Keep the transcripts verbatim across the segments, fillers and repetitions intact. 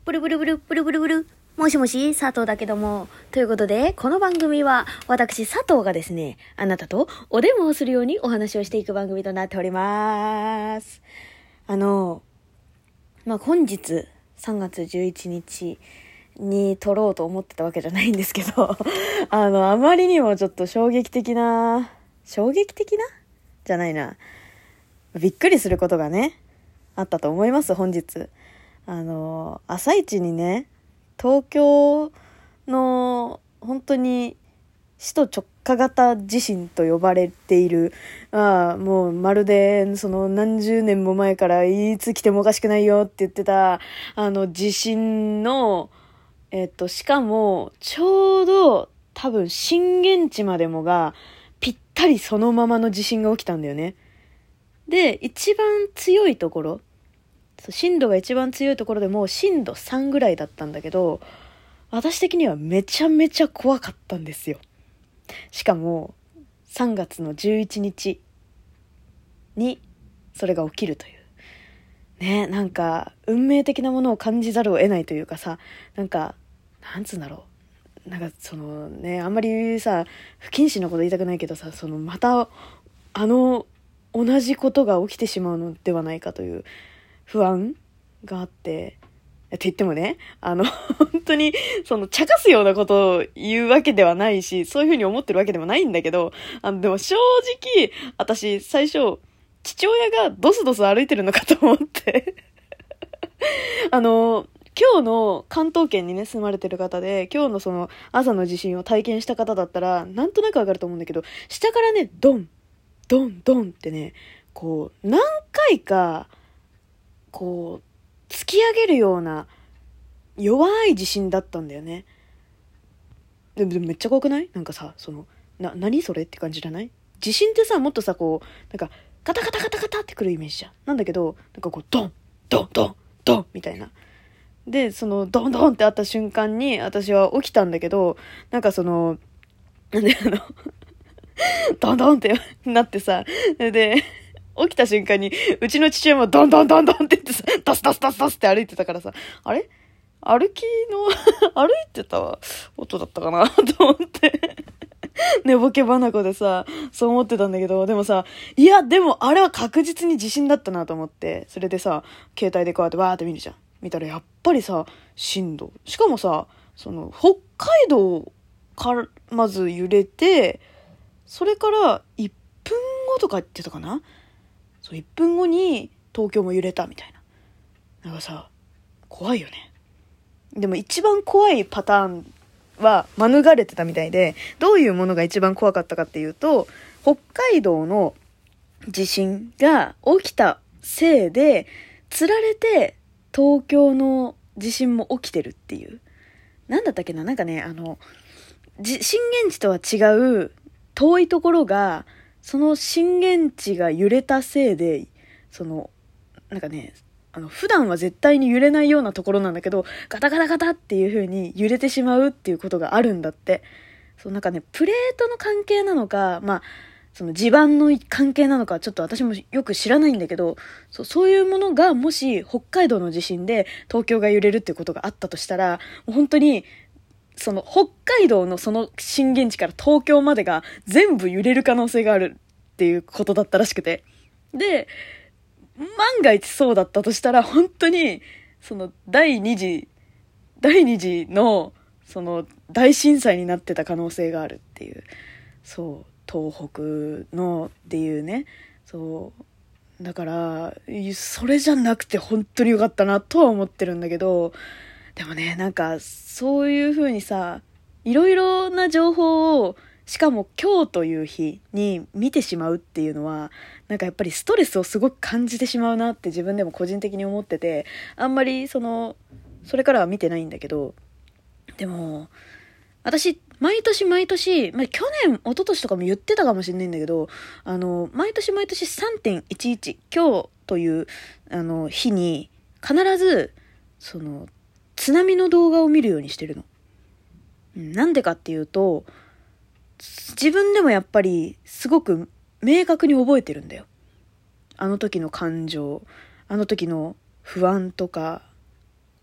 ブルブルブルブルブルブル。もしもし、佐藤だけども。ということで、この番組は、私佐藤がですね、あなたとお電話をするようにお話をしていく番組となっております。あの、まあ、本日、さんがつじゅういちにちに撮ろうと思ってたわけじゃないんですけど、あの、あまりにもちょっと衝撃的な、衝撃的なじゃないな。びっくりすることがね、あったと思います、本日。あの、朝一にね、東京の本当に首都直下型地震と呼ばれている、ああもうまるでその何十年も前からいつ来てもおかしくないよって言ってたあの地震の、えっと、しかもちょうど多分震源地までもがぴったりそのままの地震が起きたんだよね。で、一番強いところ、震度が一番強いところでも震度さんぐらいだったんだけど、私的にはめちゃめちゃ怖かったんですよ。しかもさんがつのじゅういちにちにそれが起きるというね、なんか運命的なものを感じざるを得ないというかさ、なんかなんつうんだろう、なんかそのね、あんまりさ不謹慎なこと言いたくないけどさ、そのまたあの同じことが起きてしまうのではないかという不安があって、って言ってもね、あの本当にその茶化すようなことを言うわけではないし、そういうふうに思ってるわけでもないんだけど、あのでも正直私最初父親がドスドス歩いてるのかと思ってあの今日の関東圏にね住まれてる方で、今日のその朝の地震を体験した方だったらなんとなくわかると思うんだけど、下からねドンドンドンってね、こう何回かこう突き上げるような弱い地震だったんだよね。でも、でもめっちゃ怖くない？なんかさ、そのな何それって感じじゃない？地震ってさ、もっとさ、こうなんかカタカタカタカタってくるイメージじゃん。なんだけど、なんかこうドンドンドンドンみたいな。で、そのドンドンってあった瞬間に私は起きたんだけど、なんかそのなんであのドンドンってなってさ、で起きた瞬間にうちの父親もドンドンドンドンって言ってさ、ダスダスダスダスって歩いてたからさ、あれ歩きの歩いてた音だったかなと思って寝ぼけ花子でさ、そう思ってたんだけど、でもさ、いやでもあれは確実に地震だったなと思って、それでさ携帯でこうやってわーって見るじゃん。見たらやっぱりさ震度、しかもさ、その北海道からまず揺れて、それからいっぷんごとか言ってたかな、そういっぷんごに東京も揺れたみたいな。なんかさ怖いよね。でも一番怖いパターンは免れてたみたいで、どういうものが一番怖かったかっていうと、北海道の地震が起きたせいでつられて東京の地震も起きてるっていう。なんだったっけな、なんかね、あのじ震源地とは違う遠いところが、その震源地が揺れたせいで、そのなんかね、あの普段は絶対に揺れないようなところなんだけど、ガタガタガタっていう風に揺れてしまうっていうことがあるんだって。そうなんかね、プレートの関係なのか、まあその地盤の関係なのかちょっと私もよく知らないんだけど、そう、そういうものがもし北海道の地震で東京が揺れるっていうことがあったとしたら、もう本当にその北海道のその震源地から東京までが全部揺れる可能性があるっていうことだったらしくて、で万が一そうだったとしたら、本当にその第二次第二次のその大震災になってた可能性があるっていう。そう、東北のっていうね。そうだからそれじゃなくて本当によかったなとは思ってるんだけど、でもね、なんかそういう風にさ、いろいろな情報をしかも今日という日に見てしまうっていうのは、なんかやっぱりストレスをすごく感じてしまうなって自分でも個人的に思ってて、あんまりそのそれからは見てないんだけど、でも私毎年毎年、まあ、去年一昨年とかも言ってたかもしれないんだけど、あの毎年毎年 さんてんいちいち 今日というあの日に必ずその津波の動画を見るようにしてるの。なんでかっていうと、自分でもやっぱりすごく明確に覚えてるんだよ。あの時の感情、あの時の不安とか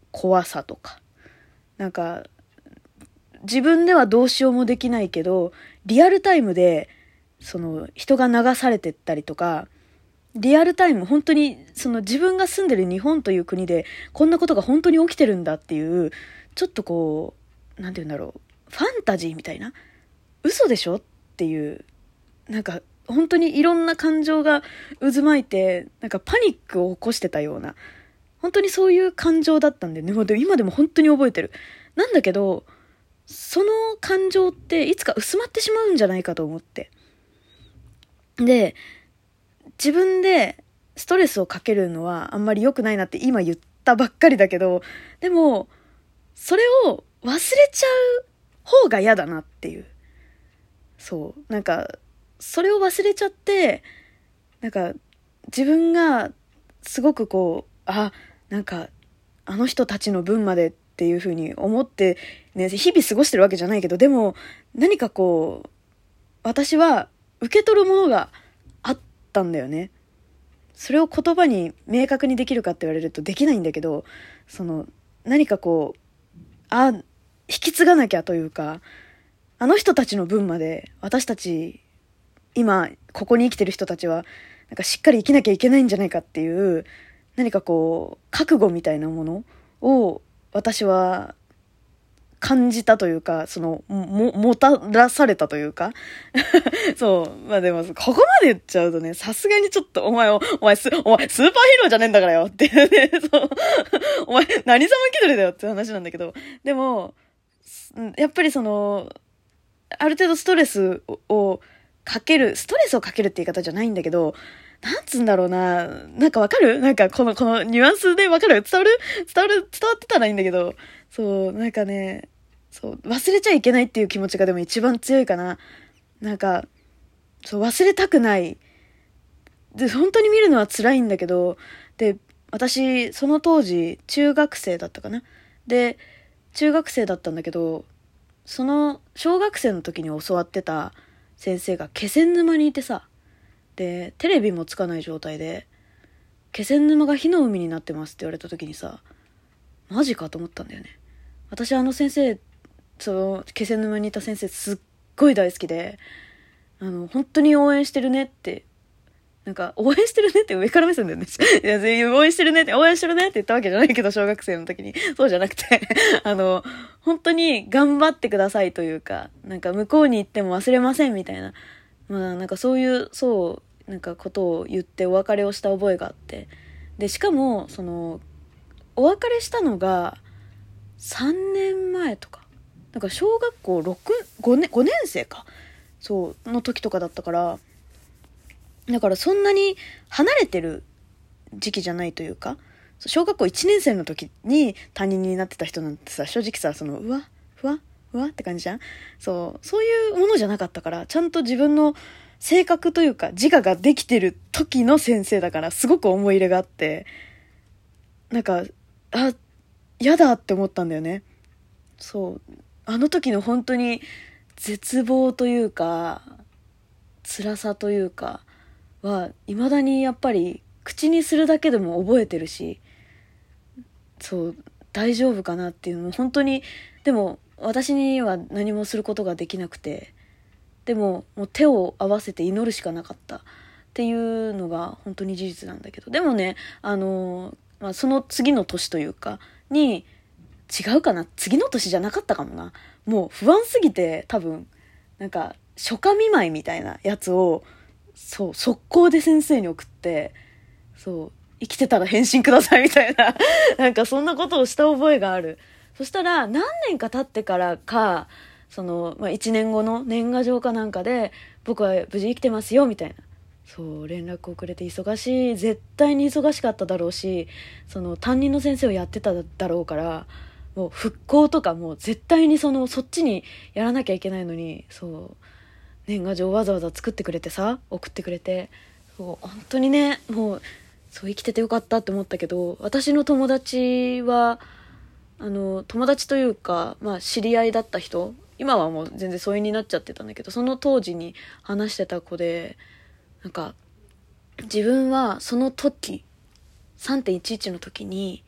怖さとか、なんか自分ではどうしようもできないけどリアルタイムでその人が流されてったりとか、リアルタイム本当にその自分が住んでる日本という国でこんなことが本当に起きてるんだっていう、ちょっとこうなんて言うんだろう、ファンタジーみたいな、嘘でしょっていう、なんか本当にいろんな感情が渦巻いて、なんかパニックを起こしてたような、本当にそういう感情だったんでね、もうでも今でも本当に覚えてる。なんだけどその感情っていつか薄まってしまうんじゃないかと思って、で自分でストレスをかけるのはあんまり良くないなって今言ったばっかりだけど、でもそれを忘れちゃう方が嫌だなっていう、そうなんかそれを忘れちゃって、なんか自分がすごくこう、あなんかあの人たちの分までっていう風に思ってね、日々過ごしてるわけじゃないけど、でも何かこう私は受け取るものがあったんだよね。それを言葉に明確にできるかって言われるとできないんだけど、その何かこう、あ引き継がなきゃというか、あの人たちの分まで私たち今ここに生きてる人たちはなんかしっかり生きなきゃいけないんじゃないかっていう、何かこう覚悟みたいなものを私は感じたというか、そのももたらされたというかそうまあでもここまで言っちゃうとね、さすがにちょっとお前をお前スお前スーパーヒーローじゃねえんだからよっていうねそうお前何様気取りだよって話なんだけど、でもやっぱりそのある程度ストレスをかける、ストレスをかけるって言い方じゃないんだけど、なんつうんだろうな、なんかわかる？なんかこの、このニュアンスでわかる？伝わる？伝わる？伝わってたらいいんだけど、そう、なんかね、そう、忘れちゃいけないっていう気持ちがでも一番強いかな。なんか、そう、忘れたくない。で、本当に見るのは辛いんだけど、で、私、その当時、中学生だったかな。で、中学生だったんだけど、その、小学生の時に教わってた先生が気仙沼にいてさ、でテレビもつかない状態で気仙沼が火の海になってますって言われた時にさ、マジかと思ったんだよね。私あの先生、その気仙沼にいた先生すっごい大好きで、あの本当に応援してるねって、なんか応援してるねって上から目線だよねいや全員応援してるねって応援してるねって言ったわけじゃないけど、小学生の時にそうじゃなくてあの本当に頑張ってくださいというか、なんか向こうに行っても忘れませんみたいな、まあなんかそういうそうなんかことを言ってお別れをした覚えがあって、でしかもそのお別れしたのがさんねんまえとか、なんか小学校ろく、ごねん、ごねん生かそうの時とかだったから、だからそんなに離れてる時期じゃないというか、小学校いちねん生の時に担任になってた人なんてさ、正直さ、そのうわふわふわって感じじゃん。そうそういうものじゃなかったから、ちゃんと自分の性格というか自我ができてる時の先生だから、すごく思い入れがあって、なんかあやだって思ったんだよね。そうあの時の本当に絶望というか辛さというかは未だにやっぱり口にするだけでも覚えてるし、そう大丈夫かなっていうのも本当に、でも私には何もすることができなくて、でももう手を合わせて祈るしかなかったっていうのが本当に事実なんだけど、でもねあの、まあ、その次の年というかに違うかな、次の年じゃなかったかもな、もう不安すぎて多分なんか初夏見舞いみたいなやつをそう速攻で先生に送って、そう生きてたら返信くださいみたいななんかそんなことをした覚えがある。そしたら何年か経ってからか、その、まあ、いちねんごの年賀状かなんかで僕は無事生きてますよみたいな、そう連絡をくれて、忙しい絶対に忙しかっただろうし、その担任の先生をやってただろうから、もう復興とかもう絶対にそのそっちにやらなきゃいけないのに、そう年賀状わざわざ作ってくれてさ送ってくれて、そう本当にねもうそう生きててよかったって思ったけど、私の友達はあの友達というか、まあ、知り合いだった人、今はもう全然疎遠になっちゃってたんだけど、その当時に話してた子で、なんか自分はその時 さんてんいちいち の時に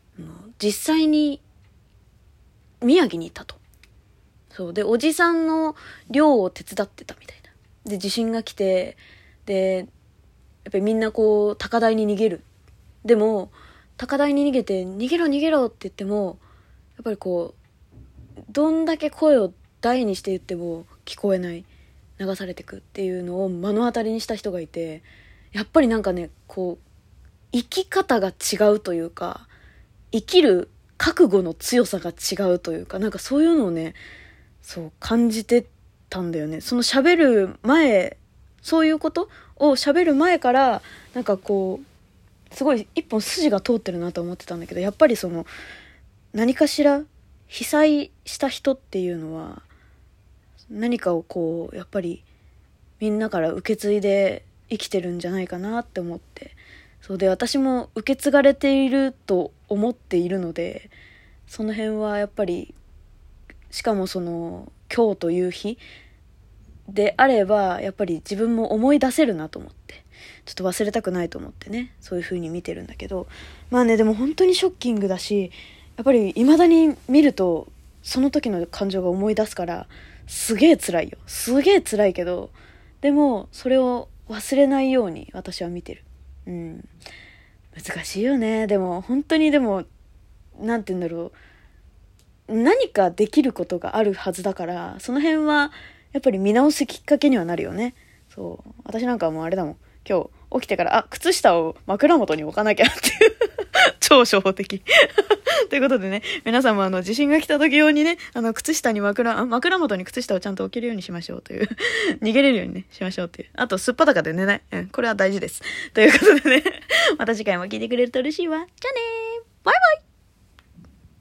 実際に宮城にいたと。そうで、おじさんの漁を手伝ってたみたいな。で、地震が来て、で、やっぱりみんなこう高台に逃げる。でも高台に逃げて逃げろ逃げろって言っても、やっぱりこうどんだけ声を大にして言っても聞こえない、流されてくっていうのを目の当たりにした人がいて、やっぱりなんかね、こう生き方が違うというか、生きる覚悟の強さが違うというか、なんかそういうのをね、そう感じてたんだよね。その喋る前、そういうことを喋る前から、なんかこうすごい一本筋が通ってるなと思ってたんだけど、やっぱりその何かしら被災した人っていうのは何かをこうやっぱりみんなから受け継いで生きてるんじゃないかなって思って、そうで、私も受け継がれていると思っているので、その辺はやっぱり、しかもその今日という日であればやっぱり自分も思い出せるなと思って、ちょっと忘れたくないと思ってね、そういう風に見てるんだけど、まあね、でも本当にショッキングだし、やっぱり未だに見るとその時の感情が思い出すから、すげえ辛いよ、すげえ辛いけど、でもそれを忘れないように私は見てる。うん、難しいよね。でも本当に、でもなんて言うんだろう、何かできることがあるはずだから、その辺はやっぱり見直すきっかけにはなるよね。そう、私なんかはもうあれだもん、今日起きてから、あ、靴下を枕元に置かなきゃっていう超初歩的ということでね、皆さんもあの地震が来た時用にね、あの靴下に枕枕元に靴下をちゃんと置けるようにしましょうという逃げれるようにねしましょうっていう、あとすっぱだかで寝ない、うん、これは大事ですということでね、また次回も聞いてくれると嬉しいわ。じゃあねー、バイバイ。